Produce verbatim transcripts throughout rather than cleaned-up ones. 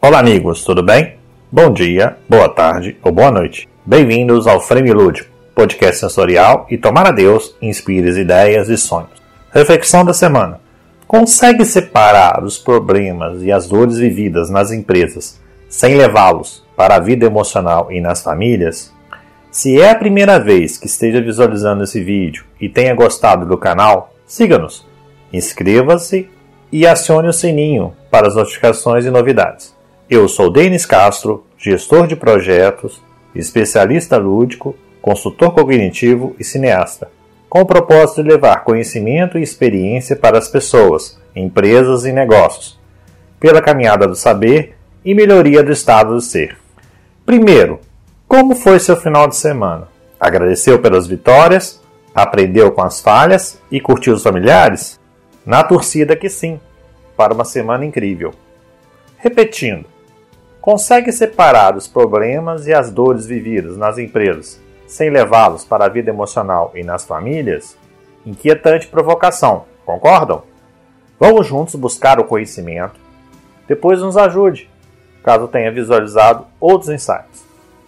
Olá amigos, tudo bem? Bom dia, boa tarde ou boa noite. Bem-vindos ao Frame Lúdico, podcast sensorial e tomara Deus inspire as ideias e sonhos. Reflexão da semana. Consegue separar os problemas e as dores vividas nas empresas sem levá-los para a vida emocional e nas famílias? Se é a primeira vez que esteja visualizando esse vídeo e tenha gostado do canal, siga-nos, inscreva-se e acione o sininho para as notificações e novidades. Eu sou Denis Castro, gestor de projetos, especialista lúdico, consultor cognitivo e cineasta, com o propósito de levar conhecimento e experiência para as pessoas, empresas e negócios, pela caminhada do saber e melhoria do estado de ser. Primeiro, como foi seu final de semana? Agradeceu pelas vitórias? Aprendeu com as falhas e curtiu os familiares? Na torcida que sim, para uma semana incrível. Repetindo, consegue separar os problemas e as dores vividas nas empresas sem levá-los para a vida emocional e nas famílias? Inquietante provocação, concordam? Vamos juntos buscar o conhecimento. Depois nos ajude, caso tenha visualizado outros insights.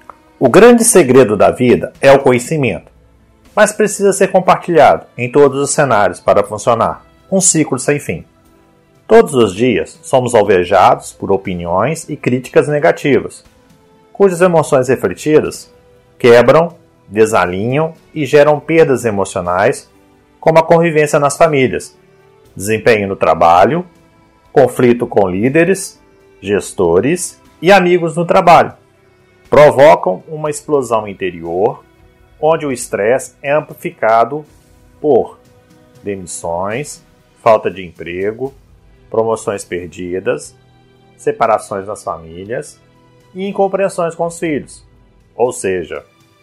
O grande segredo da vida é o conhecimento, mas precisa ser compartilhado em todos os cenários para funcionar. Um ciclo sem fim. Todos os dias somos alvejados por opiniões e críticas negativas, cujas emoções refletidas quebram, desalinham e geram perdas emocionais, como a convivência nas famílias, desempenho no trabalho, conflito com líderes, gestores e amigos no trabalho. Provocam uma explosão interior, onde o estresse é amplificado por demissões, falta de emprego, promoções perdidas, separações nas famílias e incompreensões com os filhos, ou seja,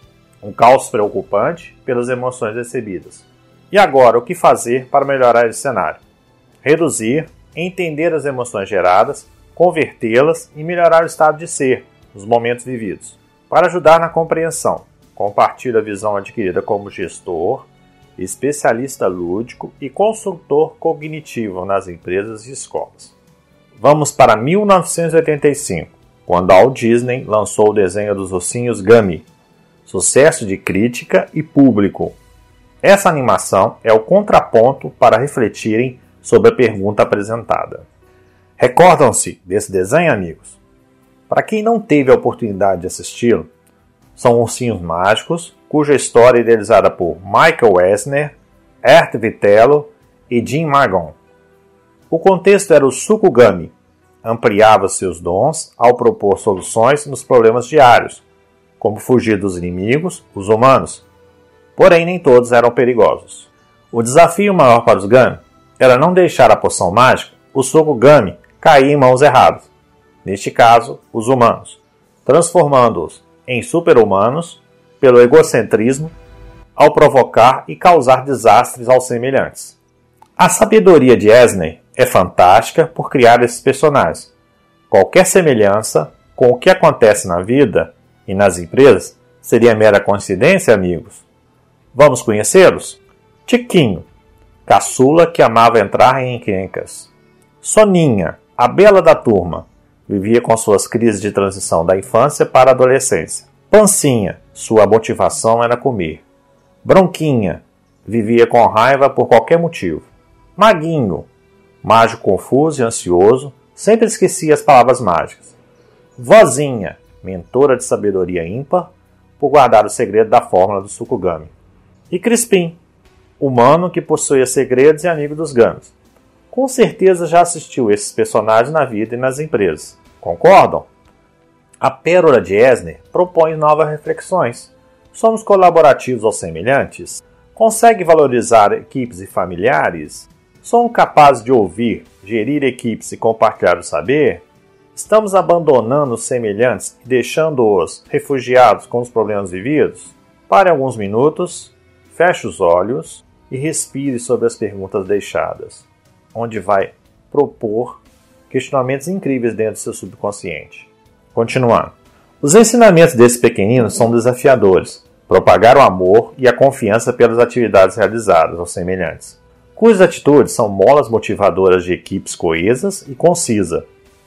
um caos preocupante pelas emoções recebidas. E agora, o que fazer para melhorar esse cenário? Reduzir, entender as emoções geradas, convertê-las e melhorar o estado de ser nos momentos vividos. Para ajudar na compreensão, compartilhe a visão adquirida como gestor, especialista lúdico e consultor cognitivo nas empresas e escolas. Vamos para mil novecentos e oitenta e cinco, quando a Walt Disney lançou o desenho dos ursinhos Gummy, sucesso de crítica e público. Essa animação é o contraponto para refletirem sobre a pergunta apresentada. Recordam-se desse desenho, amigos? Para quem não teve a oportunidade de assisti-lo, são ursinhos mágicos, cuja história é idealizada por Michael Eisner, Art Vitello e Jim Margon. O contexto era o suco Gummy, ampliava seus dons ao propor soluções nos problemas diários, como fugir dos inimigos, os humanos. Porém, nem todos eram perigosos. O desafio maior para os Gummy era não deixar a poção mágica, o suco Gummy, cair em mãos erradas, neste caso, os humanos, transformando-os em super-humanos pelo egocentrismo ao provocar e causar desastres aos semelhantes. A sabedoria de Eisner é fantástica por criar esses personagens. Qualquer semelhança com o que acontece na vida e nas empresas seria mera coincidência, amigos? Vamos conhecê-los? Tiquinho, caçula que amava entrar em encrencas. Soninha, a bela da turma, vivia com suas crises de transição da infância para a adolescência. Pancinha, sua motivação era comer. Bronquinha, vivia com raiva por qualquer motivo. Maguinho, mágico confuso e ansioso, sempre esquecia as palavras mágicas. Vozinha, mentora de sabedoria ímpar, por guardar o segredo da fórmula do suco Gummy. E Crispim, humano que possuía segredos e amigo dos Gummies. Com certeza já assistiu esses personagens na vida e nas empresas. Concordam? A pérola de Eisner propõe novas reflexões. Somos colaborativos aos semelhantes? Consegue valorizar equipes e familiares? Somos capazes de ouvir, gerir equipes e compartilhar o saber? Estamos abandonando os semelhantes e deixando-os refugiados com os problemas vividos? Pare alguns minutos, feche os olhos e respire sobre as perguntas deixadas, onde vai propor questionamentos incríveis dentro do seu subconsciente. Continuando. Os ensinamentos desses pequeninos são desafiadores. Propagar o amor e a confiança pelas atividades realizadas aos semelhantes, cujas atitudes são molas motivadoras de equipes coesas e concisas,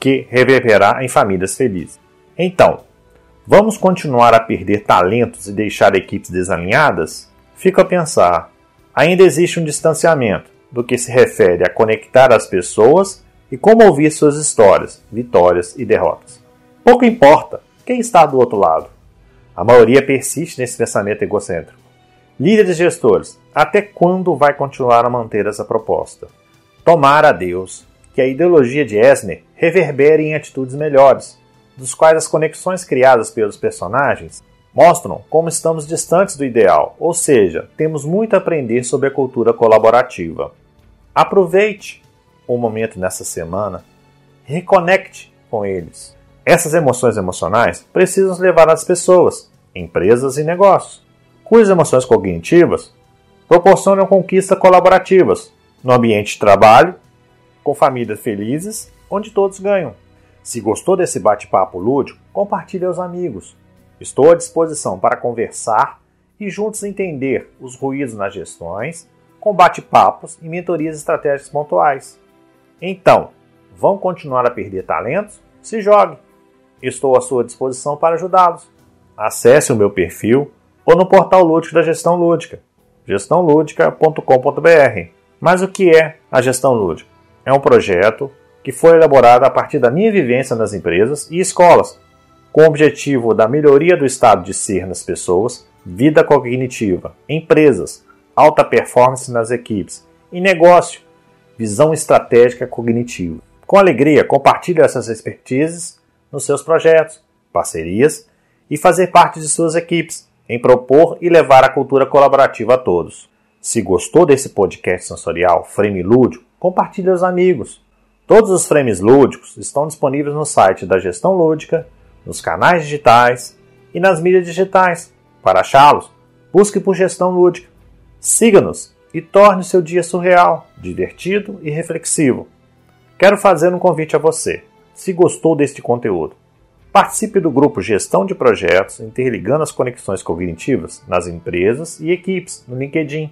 que reverberará em famílias felizes. Então, vamos continuar a perder talentos e deixar equipes desalinhadas? Fico a pensar, ainda existe um distanciamento do que se refere a conectar as pessoas e como ouvir suas histórias, vitórias e derrotas. Pouco importa quem está do outro lado. A maioria persiste nesse pensamento egocêntrico. Líderes e gestores, até quando vai continuar a manter essa proposta? Tomara a Deus que a ideologia de Esner reverbere em atitudes melhores, dos quais as conexões criadas pelos personagens mostram como estamos distantes do ideal, ou seja, temos muito a aprender sobre a cultura colaborativa. Aproveite o momento nessa semana, reconecte com eles. Essas emoções emocionais precisam levar as pessoas, empresas e negócios, cujas emoções cognitivas proporcionam conquistas colaborativas no ambiente de trabalho, com famílias felizes, onde todos ganham. Se gostou desse bate-papo lúdico, compartilhe aos amigos. Estou à disposição para conversar e juntos entender os ruídos nas gestões, com bate-papos e mentorias estratégicas pontuais. Então, vão continuar a perder talentos? Se jogue! Estou à sua disposição para ajudá-los. Acesse o meu perfil ou no portal lúdico da Gestão Lúdica, gestão lúdica ponto com ponto b r. Mas o que é a Gestão Lúdica? É um projeto que foi elaborado a partir da minha vivência nas empresas e escolas, com o objetivo da melhoria do estado de ser nas pessoas, vida cognitiva, empresas, alta performance nas equipes e negócio, visão estratégica cognitiva. Com alegria, compartilhe essas expertises nos seus projetos, parcerias e fazer parte de suas equipes, em propor e levar a cultura colaborativa a todos. Se gostou desse podcast sensorial Frame Lúdico, compartilhe aos amigos. Todos os frames lúdicos estão disponíveis no site da Gestão Lúdica, nos canais digitais e nas mídias digitais. Para achá-los, busque por Gestão Lúdica. Siga-nos e torne o seu dia surreal, divertido e reflexivo. Quero fazer um convite a você. Se gostou deste conteúdo, participe do grupo Gestão de Projetos Interligando as Conexões Cognitivas nas Empresas e Equipes no LinkedIn.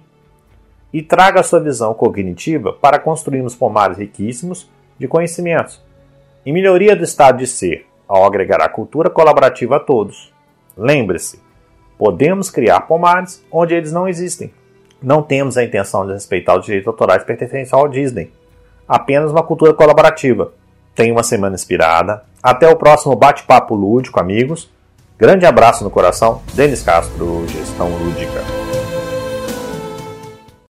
E traga a sua visão cognitiva para construirmos pomares riquíssimos de conhecimentos e melhoria do estado de ser, ao agregar a cultura colaborativa a todos. Lembre-se, podemos criar pomares onde eles não existem. Não temos a intenção de respeitar os direitos autorais pertencentes ao Disney. Apenas uma cultura colaborativa. Tenha uma semana inspirada. Até o próximo bate-papo lúdico, amigos. Grande abraço no coração. Denis Castro, Gestão Lúdica.